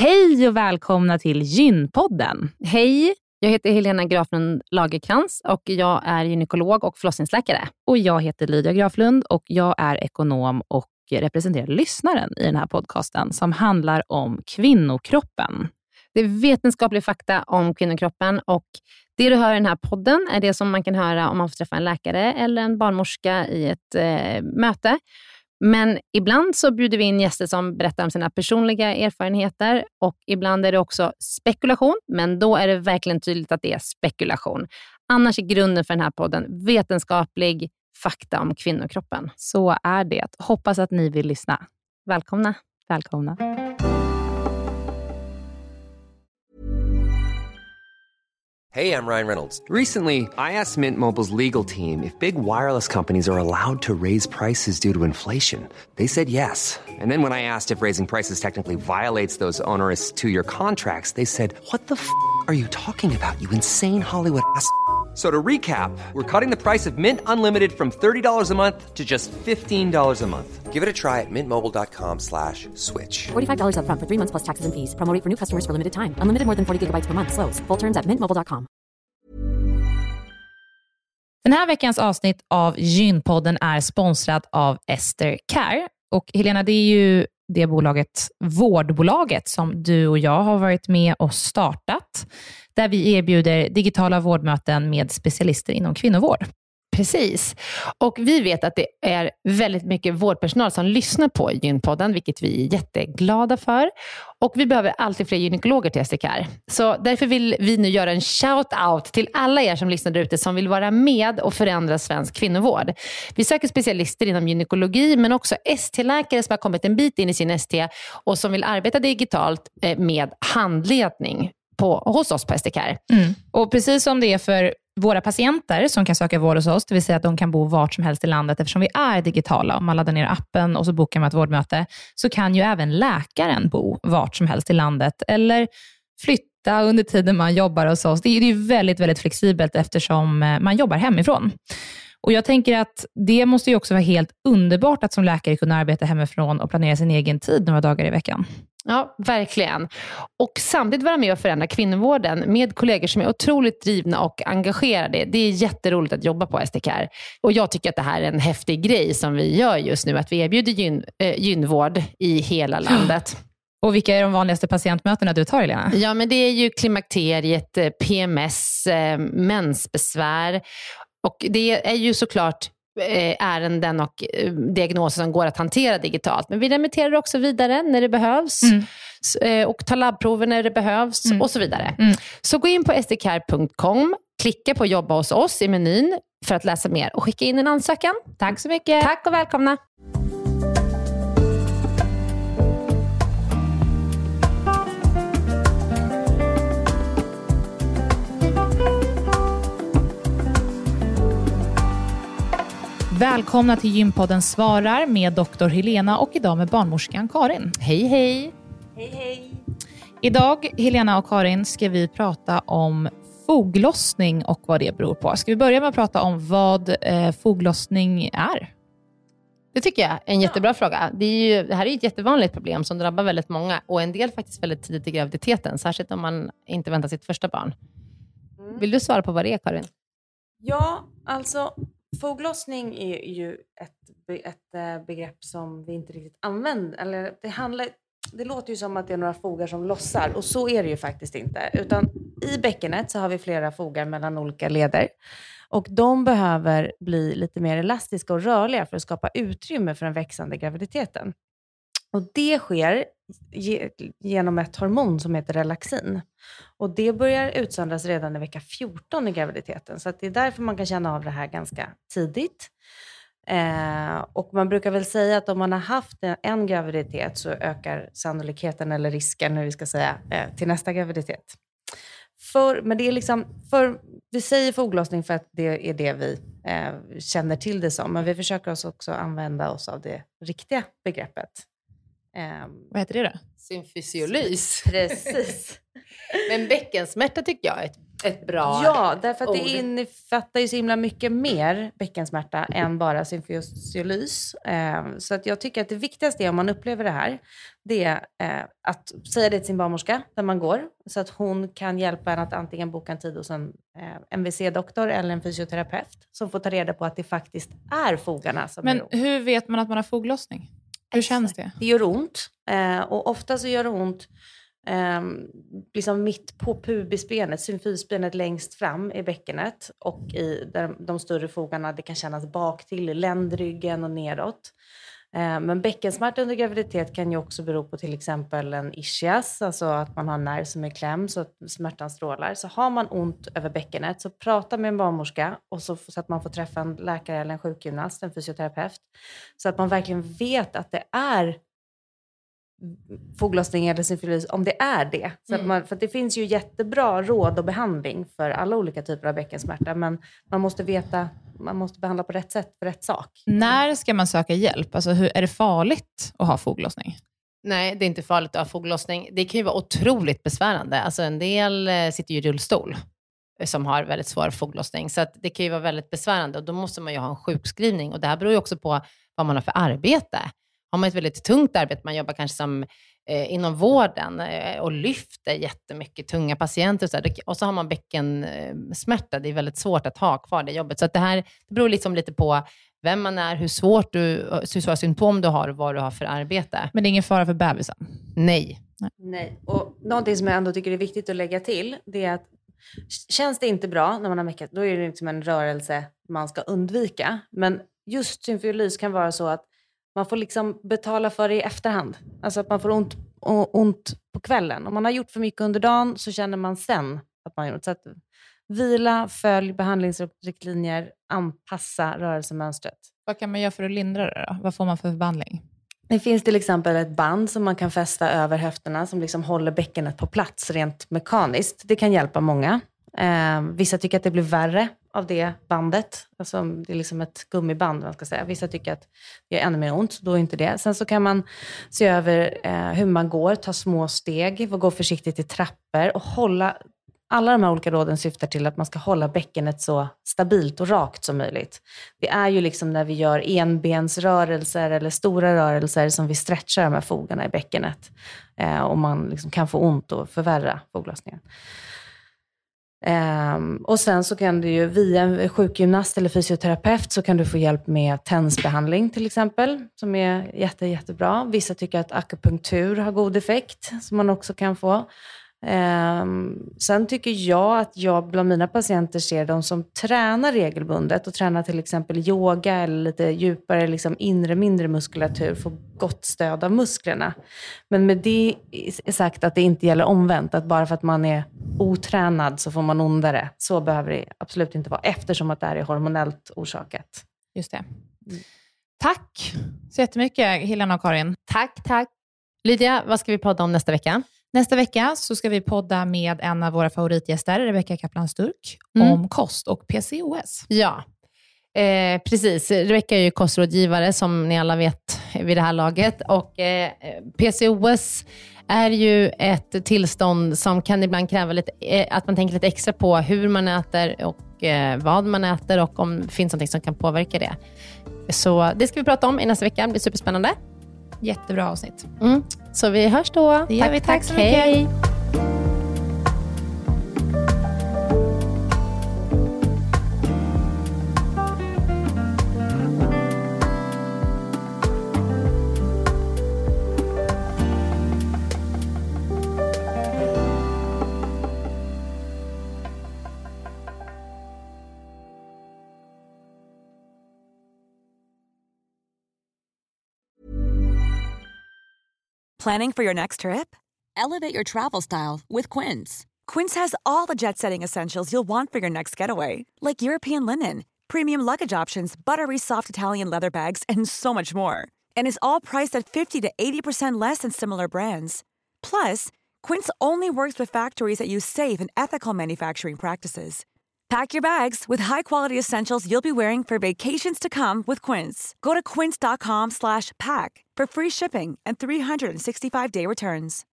Hej och välkomna till Gynpodden. Hej, jag heter Helena Graflund Lagerkrans och jag är gynekolog och förlossningsläkare. Och jag heter Lydia Graflund och jag är ekonom och representerar lyssnaren i den här podcasten som handlar om kvinnokroppen. Det är vetenskaplig fakta om kvinnokroppen och det du hör i den här podden är det som man kan höra om man får träffa en läkare eller en barnmorska i ett möte. Men ibland så bjuder vi in gäster som berättar om sina personliga erfarenheter och ibland är det också spekulation, men då är det verkligen tydligt att det är spekulation. Annars är grunden för den här podden vetenskaplig fakta om kvinnokroppen. Så är det. Hoppas att ni vill lyssna. Välkomna. Välkomna. Hey, I'm Ryan Reynolds. Recently, I asked Mint Mobile's legal team if big wireless companies are allowed to raise prices due to inflation. They said yes. And then when I asked if raising prices technically violates those onerous two-year contracts, they said, "What the f*** are you talking about, you insane Hollywood ass?" So to recap, we're cutting the price of Mint Unlimited from $30 a month to just $15 a month. Give it a try at mintmobile.com/switch. $45 up front for 3 months plus taxes and fees. Promo rate for new customers for limited time. Unlimited more than 40 gigabytes per month. Slows full terms at mintmobile.com. Den här veckans avsnitt av Gynpodden är sponsrad av Ester Care. Och Helena, det är ju det vårdbolaget som du och jag har varit med och startat. Där vi erbjuder digitala vårdmöten med specialister inom kvinnovård. Precis. Och vi vet att det är väldigt mycket vårdpersonal som lyssnar på Gynpodden, vilket vi är jätteglada för. Och vi behöver alltid fler gynekologer till STK. Så därför vill vi nu göra en shout-out till alla er som lyssnar ute som vill vara med och förändra svensk kvinnovård. Vi söker specialister inom gynekologi men också ST-läkare som har kommit en bit in i sin ST och som vill arbeta digitalt med handledning hos oss på STK. Och precis som det är för våra patienter som kan söka vård hos oss, det vill säga att de kan bo vart som helst i landet eftersom vi är digitala. Om man laddar ner appen och så bokar man ett vårdmöte så kan ju även läkaren bo vart som helst i landet eller flytta under tiden man jobbar hos oss. Det är ju väldigt, väldigt flexibelt eftersom man jobbar hemifrån. Och jag tänker att det måste ju också vara helt underbart att som läkare kunna arbeta hemifrån och planera sin egen tid några dagar i veckan. Ja, verkligen. Och samtidigt vara med och förändra kvinnovården med kollegor som är otroligt drivna och engagerade. Det är jätteroligt att jobba på STK. Och jag tycker att det här är en häftig grej som vi gör just nu. Att vi erbjuder gynvård i hela landet. Och vilka är de vanligaste patientmötena du tar, Helena? Ja, men det är ju klimakteriet, PMS, mensbesvär. Och det är ju såklart ärenden och diagnoser som går att hantera digitalt. Men vi remitterar också vidare när det behövs. Och tar labbprover när det behövs och så vidare. Så gå in på stkare.com, klicka på jobba hos oss i menyn för att läsa mer och skicka in en ansökan. Tack så mycket. Tack och välkomna. Välkomna till Gynpodden svarar med doktor Helena och idag med barnmorskan Karin. Hej, hej. Hej, hej. Idag, Helena och Karin, ska vi prata om foglossning och vad det beror på. Ska vi börja med att prata om vad foglossning är? Det tycker jag är en jättebra fråga. Det här är ett jättevanligt problem som drabbar väldigt många och en del faktiskt väldigt tidigt i graviditeten, särskilt om man inte väntar sitt första barn. Vill du svara på vad det är, Karin? Ja, alltså foglossning är ju ett begrepp som vi inte riktigt använder. Eller det låter ju som att det är några fogar som lossar och så är det ju faktiskt inte. Utan i bäckenet så har vi flera fogar mellan olika leder. Och de behöver bli lite mer elastiska och rörliga för att skapa utrymme för den växande graviditeten. Och det sker genom ett hormon som heter relaxin. Och det börjar utsöndras redan i vecka 14 i graviditeten. Så att det är därför man kan känna av det här ganska tidigt. Och man brukar väl säga att om man har haft en graviditet så ökar sannolikheten eller risken, hur vi ska säga, till nästa graviditet. Men det är liksom, vi säger foglossning för att det är det vi känner till det som. Men vi försöker också använda oss av det riktiga begreppet. Vad heter det då? Symfysiolys. Precis. Men bäckensmärta tycker jag är ett ett bra Ja, därför att ord. det innefattar ju så himla mycket mer bäckensmärta än bara symfyolys. Så att jag tycker att det viktigaste är, om man upplever det här, det är att säga det till sin barnmorska där man går, så att hon kan hjälpa en att antingen boka en tid hos en MVC-doktor eller en fysioterapeut som får ta reda på att det faktiskt är fogarna som Men gör ont. hur vet man att man har foglossning? Hur känns det? Det gör ont. Och ofta så gör det ont liksom mitt på pubisbenet, symfysbenet längst fram i bäckenet, och i de större fogarna. Det kan kännas bak till i ländryggen och neråt. Men bäckensmärta under graviditet kan ju också bero på till exempel en ischias, alltså att man har en nerv som är kläm så att smärtan strålar. Så har man ont över bäckenet, så prata med en barnmorska och så att man får träffa en läkare eller en sjukgymnast, en fysioterapeut, så att man verkligen vet att det är foglossning eller symfyolys, om det är det. Så att för att det finns ju jättebra råd och behandling för alla olika typer av bäckensmärta, men man måste veta, man måste behandla på rätt sätt för rätt sak. När ska man söka hjälp? Alltså, är det farligt att ha foglossning? Nej, det är inte farligt att ha foglossning. Det kan ju vara otroligt besvärande. Alltså en del sitter ju i rullstol som har väldigt svår foglossning. Så att det kan ju vara väldigt besvärande, och då måste man ju ha en sjukskrivning. Och det här beror ju också på vad man har för arbete. Har man ett väldigt tungt arbete, man jobbar kanske som inom vården och lyfter jättemycket tunga patienter och så har man bäckensmärta. Det är väldigt svårt att ha kvar det jobbet. Så att det beror liksom lite på vem man är, hur svåra symptom du har och vad du har för arbete. Men det är ingen fara för bebisen? Nej. Och någonting som jag ändå tycker är viktigt att lägga till, det är att känns det inte bra när man har meckat, då är det liksom en rörelse man ska undvika. Men just symfyolys kan vara så att man får liksom betala för det i efterhand. Alltså att man får ont på kvällen. Om man har gjort för mycket under dagen, så känner man sen att man har gjort. Så att vila, följ behandlingsriktlinjer, anpassa rörelsemönstret. Vad kan man göra för att lindra det då? Vad får man för behandling? Det finns till exempel ett band som man kan fästa över höfterna som liksom håller bäckenet på plats rent mekaniskt. Det kan hjälpa många. Vissa tycker att det blir värre av det bandet. Alltså, det är liksom ett gummiband, man ska säga. Vissa tycker att det är ännu mer ont, så då är inte det. Sen så kan man se över hur man går, ta små steg och gå försiktigt i trappor och hålla. Alla de här olika råden syftar till att man ska hålla bäckenet så stabilt och rakt som möjligt. Det är ju liksom när vi gör enbensrörelser eller stora rörelser som vi stretchar de här fogarna i bäckenet. Och man liksom kan få ont och förvärra foglossningen. Och sen så kan du ju via en sjukgymnast eller fysioterapeut så kan du få hjälp med tensbehandling till exempel, som är jättebra. Vissa tycker att akupunktur har god effekt, som man också kan få. Sen tycker jag att jag bland mina patienter ser de som tränar regelbundet och tränar till exempel yoga eller lite djupare liksom mindre muskulatur, får gott stöd av musklerna. Men med det är sagt att det inte gäller omvänt, att bara för att man är otränad så får man ondare. Så behöver det absolut inte vara, eftersom att det här är hormonellt orsakat. Just det. Tack så jättemycket, Helena och Karin. Tack. Lydia, vad ska vi podda om nästa vecka? Nästa vecka så ska vi podda med en av våra favoritgäster, Rebecka Kaplan-Sturk, om kost och PCOS. Ja, precis. Rebecka är ju kostrådgivare som ni alla vet vid det här laget. Och PCOS är ju ett tillstånd som kan ibland kräva lite, att man tänker lite extra på hur man äter och vad man äter och om det finns något som kan påverka det. Så det ska vi prata om i nästa vecka. Det blir superspännande. Jättebra avsnitt. Så vi hörs då. Det gör vi. Tack så mycket. Hej. Planning for your next trip? Elevate your travel style with Quince. Quince has all the jet-setting essentials you'll want for your next getaway, like European linen, premium luggage options, buttery soft Italian leather bags, and so much more. And is all priced at 50 to 80% less than similar brands. Plus, Quince only works with factories that use safe and ethical manufacturing practices. Pack your bags with high-quality essentials you'll be wearing for vacations to come with Quince. Go to quince.com/pack for free shipping and 365-day returns.